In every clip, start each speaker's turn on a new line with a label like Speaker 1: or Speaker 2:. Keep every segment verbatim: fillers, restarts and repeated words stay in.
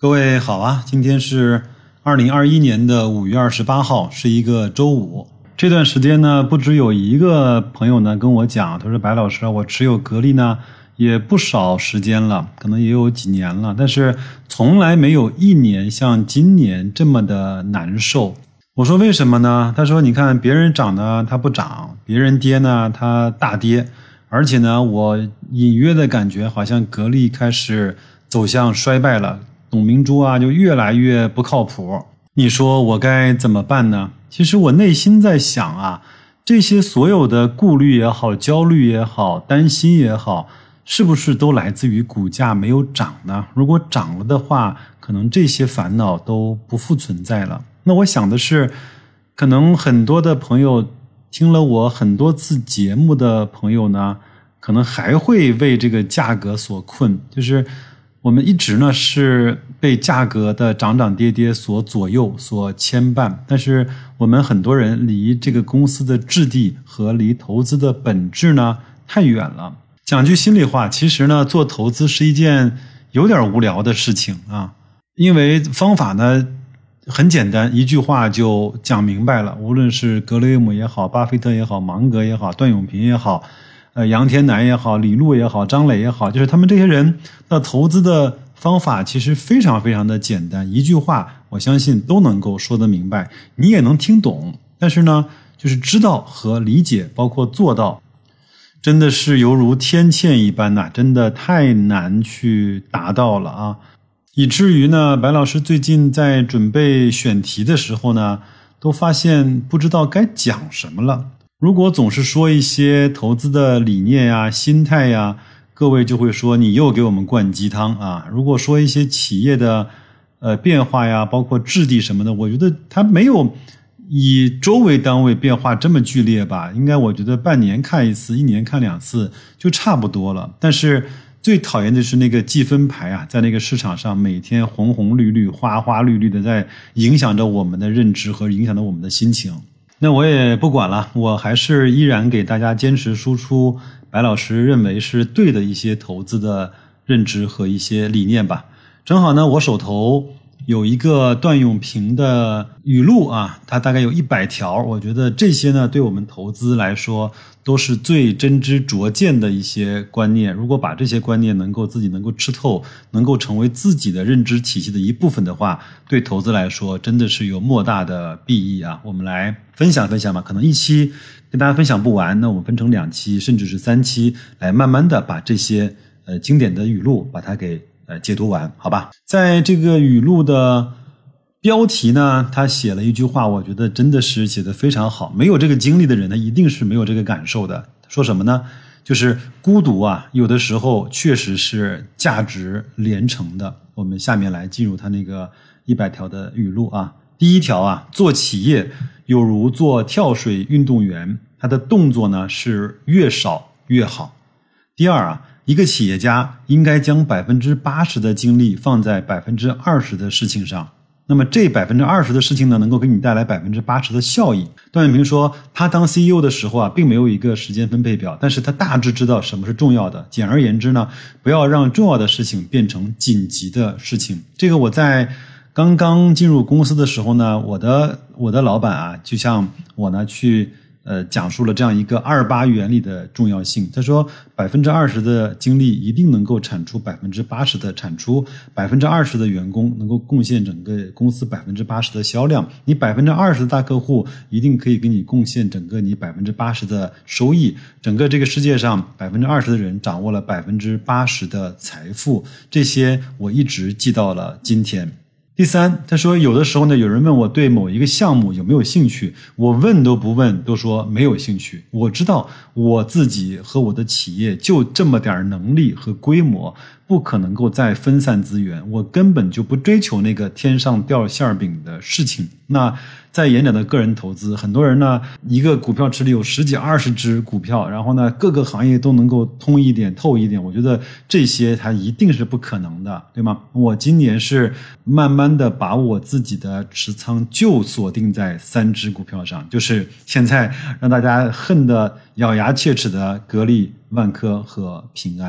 Speaker 1: 各位好啊，今天是二零二一年的五月二十八号，是一个周五。这段时间呢，不只有一个朋友呢跟我讲，他说白老师，我持有格力呢也不少时间了，可能也有几年了，但是从来没有一年像今年这么的难受。我说为什么呢？他说你看别人涨呢它不涨，别人跌呢它大跌，而且呢我隐约的感觉好像格力开始走向衰败了，董明珠啊就越来越不靠谱。你说我该怎么办呢？其实我内心在想啊，这些所有的顾虑也好，焦虑也好，担心也好，是不是都来自于股价没有涨呢？如果涨了的话，可能这些烦恼都不复存在了。那我想的是，可能很多的朋友听了我很多次节目的朋友呢，可能还会为这个价格所困，就是我们一直呢是被价格的涨涨跌跌所左右所牵绊，但是我们很多人离这个公司的质地和离投资的本质呢太远了。讲句心里话，其实呢做投资是一件有点无聊的事情啊，因为方法呢很简单，一句话就讲明白了。无论是格雷厄姆也好，巴菲特也好，芒格也好，段永平也好，呃，杨天南也好，李路也好，张磊也好，就是他们这些人的投资的方法其实非常非常的简单，一句话我相信都能够说得明白，你也能听懂。但是呢，就是知道和理解，包括做到，真的是犹如天堑一般呐、啊，真的太难去达到了啊！以至于呢，白老师最近在准备选题的时候呢，都发现不知道该讲什么了。如果总是说一些投资的理念呀、心态呀，各位就会说你又给我们灌鸡汤啊。如果说一些企业的呃变化呀，包括质地什么的，我觉得它没有以周为单位变化这么剧烈吧，应该我觉得半年看一次，一年看两次就差不多了。但是最讨厌的是那个计分牌啊，在那个市场上每天红红绿绿、花花绿绿的，在影响着我们的认知和影响着我们的心情。那我也不管了，我还是依然给大家坚持输出白老师认为是对的一些投资的认知和一些理念吧。正好呢，我手头有一个段永平的语录啊，它大概有一百条，我觉得这些呢对我们投资来说都是最真知灼见的一些观念。如果把这些观念能够自己能够吃透，能够成为自己的认知体系的一部分的话，对投资来说真的是有莫大的裨益啊。我们来分享分享吧，可能一期跟大家分享不完，那我们分成两期甚至是三期，来慢慢的把这些呃经典的语录把它给呃，解读完，好吧。在这个语录的标题呢，他写了一句话，我觉得真的是写得非常好。没有这个经历的人呢，一定是没有这个感受的。说什么呢？就是孤独啊，有的时候确实是价值连城的。我们下面来进入他那个一百条的语录啊。第一条啊，做企业有如做跳水运动员，他的动作呢是越少越好。第二啊，一个企业家应该将 百分之八十 的精力放在 百分之二十 的事情上，那么这 百分之二十 的事情呢，能够给你带来 百分之八十 的效益。段永平说他当 C E O 的时候啊，并没有一个时间分配表，但是他大致知道什么是重要的。简而言之呢，不要让重要的事情变成紧急的事情。这个我在刚刚进入公司的时候呢，我的我的老板啊，就像我呢去呃，讲述了这样一个二八原理的重要性。他说 百分之二十 的精力一定能够产出 百分之八十 的产出， 百分之二十 的员工能够贡献整个公司 百分之八十 的销量，你 百分之二十 的大客户一定可以给你贡献整个你 百分之八十 的收益。整个这个世界上 百分之二十 的人掌握了 百分之八十 的财富，这些我一直记到了今天。第三，他说有的时候呢，有人问我对某一个项目有没有兴趣，我问都不问都说没有兴趣。我知道我自己和我的企业就这么点能力和规模，不可能够再分散资源，我根本就不追求那个天上掉馅饼的事情。那在演讲的个人投资，很多人呢一个股票池里有十几二十只股票，然后呢各个行业都能够通一点透一点，我觉得这些它一定是不可能的，对吗？我今年是慢慢的把我自己的持仓就锁定在三只股票上，就是现在让大家恨得咬牙切齿的格力、万科和平安。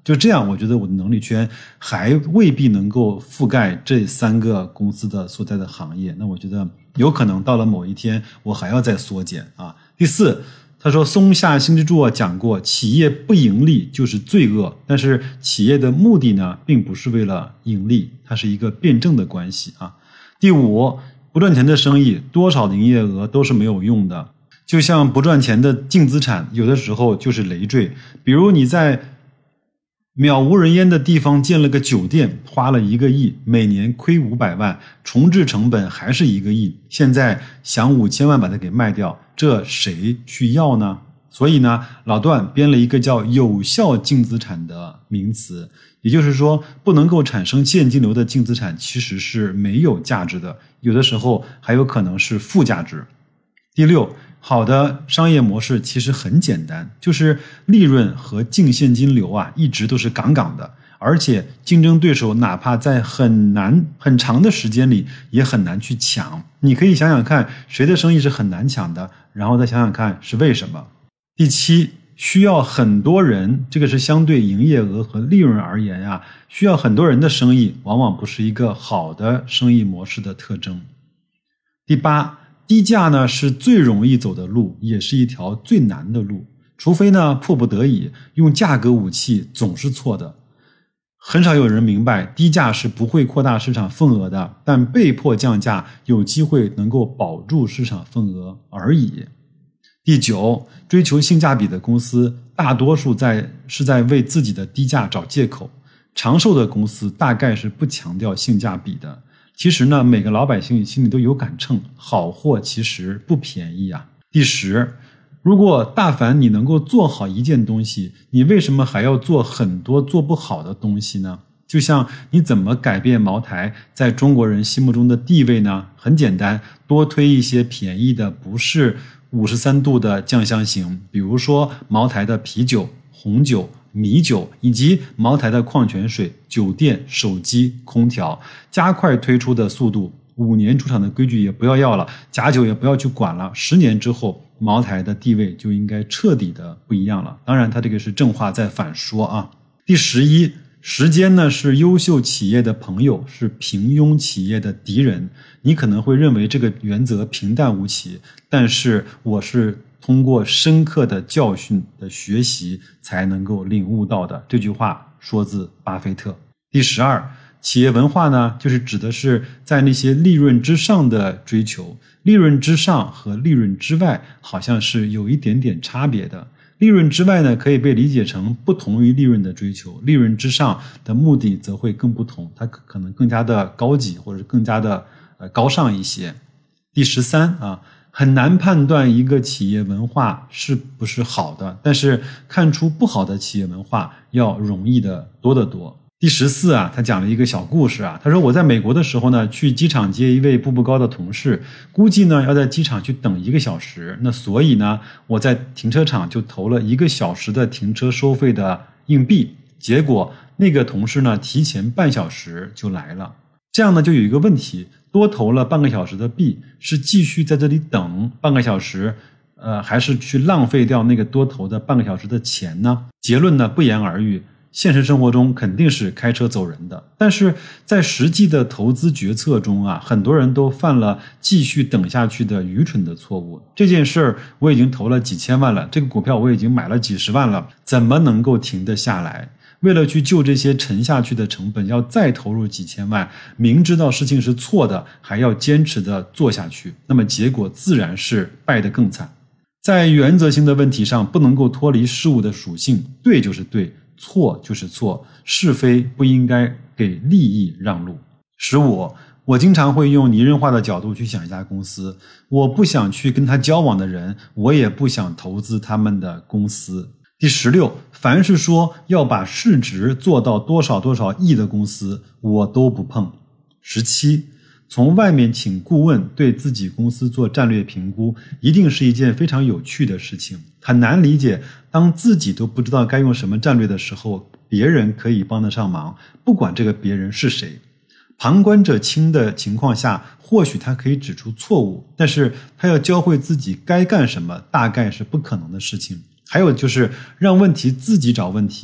Speaker 1: 就这样，我觉得我的能力圈还未必能够覆盖这三个公司的所在的行业。那我觉得有可能到了某一天，我还要再缩减啊。第四，他说松下幸之助讲过，企业不盈利就是罪恶，但是企业的目的呢，并不是为了盈利，它是一个辩证的关系啊。第五，不赚钱的生意，多少的营业额都是没有用的。就像不赚钱的净资产，有的时候就是累赘。比如你在渺无人烟的地方建了个酒店，花了一个亿，每年亏五百万，重置成本还是一个亿，现在想五千万把它给卖掉，这谁去要呢？所以呢，老段编了一个叫有效净资产的名词，也就是说，不能够产生现金流的净资产其实是没有价值的，有的时候还有可能是负价值。第六，好的商业模式其实很简单，就是利润和净现金流啊，一直都是杠杠的，而且竞争对手哪怕在很难很长的时间里也很难去抢。你可以想想看，谁的生意是很难抢的，然后再想想看是为什么。第七，需要很多人，这个是相对营业额和利润而言啊，需要很多人的生意往往不是一个好的生意模式的特征。第八，低价呢是最容易走的路，也是一条最难的路，除非呢迫不得已，用价格武器总是错的。很少有人明白低价是不会扩大市场份额的，但被迫降价有机会能够保住市场份额而已。第九，追求性价比的公司大多数在是在为自己的低价找借口，长寿的公司大概是不强调性价比的。其实呢，每个老百姓心里都有杆秤，好货其实不便宜啊。第十，如果大凡你能够做好一件东西，你为什么还要做很多做不好的东西呢？就像你怎么改变茅台在中国人心目中的地位呢？很简单，多推一些便宜的，不是五十三度的酱香型，比如说茅台的啤酒、红酒、米酒以及茅台的矿泉水、酒店、手机、空调，加快推出的速度，五年出厂的规矩也不要要了，假酒也不要去管了，十年之后茅台的地位就应该彻底的不一样了。当然它这个是正话在反说啊。第十一，时间呢是优秀企业的朋友，是平庸企业的敌人。你可能会认为这个原则平淡无奇，但是我是通过深刻的教训的学习才能够领悟到的。这句话说自巴菲特。第十二，企业文化呢，就是指的是在那些利润之上的追求。利润之上和利润之外好像是有一点点差别的。利润之外呢，可以被理解成不同于利润的追求，利润之上的目的则会更不同，它可能更加的高级，或者更加的呃高尚一些。第十三啊，很难判断一个企业文化是不是好的，但是看出不好的企业文化要容易的多得多。第十四啊，他讲了一个小故事啊，他说我在美国的时候呢，去机场接一位步步高的同事，估计呢要在机场去等一个小时，那所以呢，我在停车场就投了一个小时的停车收费的硬币，结果那个同事呢提前半小时就来了。这样呢就有一个问题，多投了半个小时的币，是继续在这里等半个小时，呃，还是去浪费掉那个多投的半个小时的钱呢？结论呢不言而喻。现实生活中肯定是开车走人的，但是在实际的投资决策中啊，很多人都犯了继续等下去的愚蠢的错误。这件事儿我已经投了几千万了，这个股票我已经买了几十万了，怎么能够停得下来？为了去救这些沉下去的成本，要再投入几千万，明知道事情是错的，还要坚持的做下去，那么结果自然是败得更惨。在原则性的问题上，不能够脱离事物的属性，对就是对，错就是错，是非不应该给利益让路。十五，我经常会用拟人化的角度去想一家公司，我不想去跟他交往的人，我也不想投资他们的公司。第十六，凡是说要把市值做到多少多少亿的公司，我都不碰。十七，从外面请顾问对自己公司做战略评估，一定是一件非常有趣的事情。很难理解，当自己都不知道该用什么战略的时候，别人可以帮得上忙，不管这个别人是谁。旁观者清的情况下，或许他可以指出错误，但是他要教会自己该干什么，大概是不可能的事情。还有就是让问题自己找问题，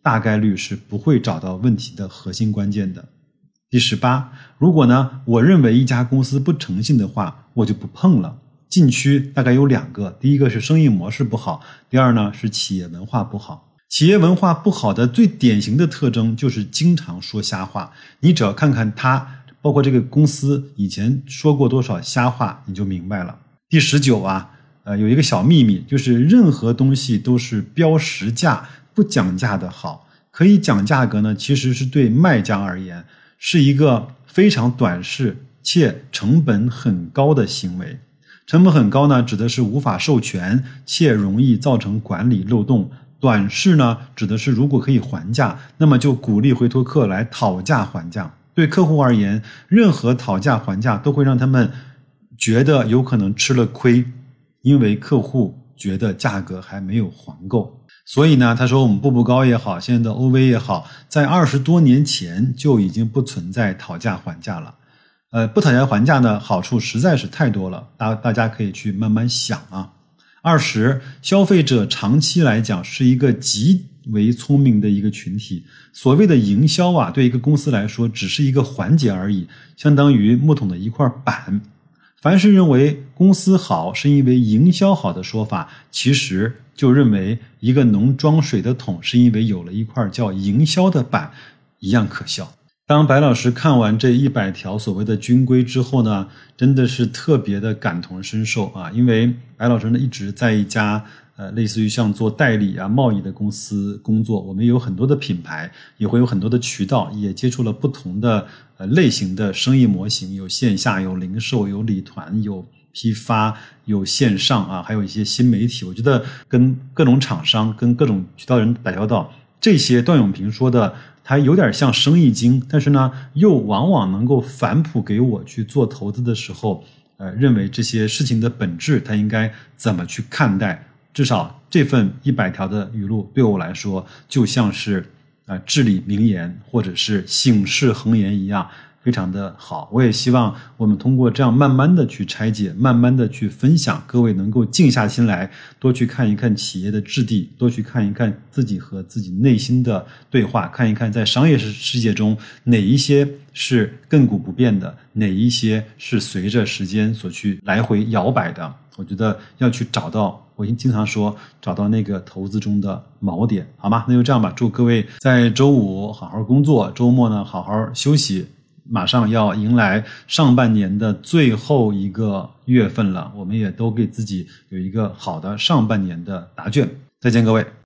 Speaker 1: 大概率是不会找到问题的核心关键的。第十八，如果呢，我认为一家公司不诚信的话，我就不碰了。禁区大概有两个，第一个是生意模式不好，第二呢是企业文化不好。企业文化不好的最典型的特征就是经常说瞎话，你只要看看他，包括这个公司以前说过多少瞎话，你就明白了。第十九啊，呃，有一个小秘密，就是任何东西都是标实价，不讲价的好。可以讲价格呢，其实是对卖家而言是一个非常短视且成本很高的行为。成本很高呢，指的是无法授权且容易造成管理漏洞。短视呢，指的是如果可以还价，那么就鼓励回头客来讨价还价。对客户而言，任何讨价还价都会让他们觉得有可能吃了亏，因为客户觉得价格还没有还够。所以呢，他说我们步步高也好，现在的 O V 也好，在二十多年前就已经不存在讨价还价了。呃，不讨价还价呢，好处实在是太多了，大大家可以去慢慢想啊。二十，消费者长期来讲是一个极为聪明的一个群体。所谓的营销啊，对一个公司来说只是一个环节而已，相当于木桶的一块板。凡是认为公司好是因为营销好的说法，其实就认为一个能装水的桶是因为有了一块叫营销的板，一样可笑。当白老师看完这一百条所谓的军规之后呢，真的是特别的感同身受啊！因为白老师呢一直在一家呃类似于像做代理啊贸易的公司工作，我们有很多的品牌，也会有很多的渠道，也接触了不同的呃类型的生意模型，有线下，有零售，有理团，有批发，有线上啊，还有一些新媒体。我觉得跟各种厂商跟各种渠道人打交道，这些段永平说的它有点像生意经，但是呢又往往能够反哺给我去做投资的时候呃，认为这些事情的本质它应该怎么去看待。至少这份一百条的语录对我来说就像是呃至理名言或者是醒世恒言一样，非常的好。我也希望我们通过这样慢慢的去拆解，慢慢的去分享，各位能够静下心来，多去看一看企业的质地，多去看一看自己和自己内心的对话，看一看在商业世界中哪一些是亘古不变的，哪一些是随着时间所去来回摇摆的。我觉得要去找到，我经常说找到那个投资中的锚点，好吗？那就这样吧，祝各位在周五好好工作，周末呢好好休息。马上要迎来上半年的最后一个月份了，我们也都给自己有一个好的上半年的答卷。再见各位。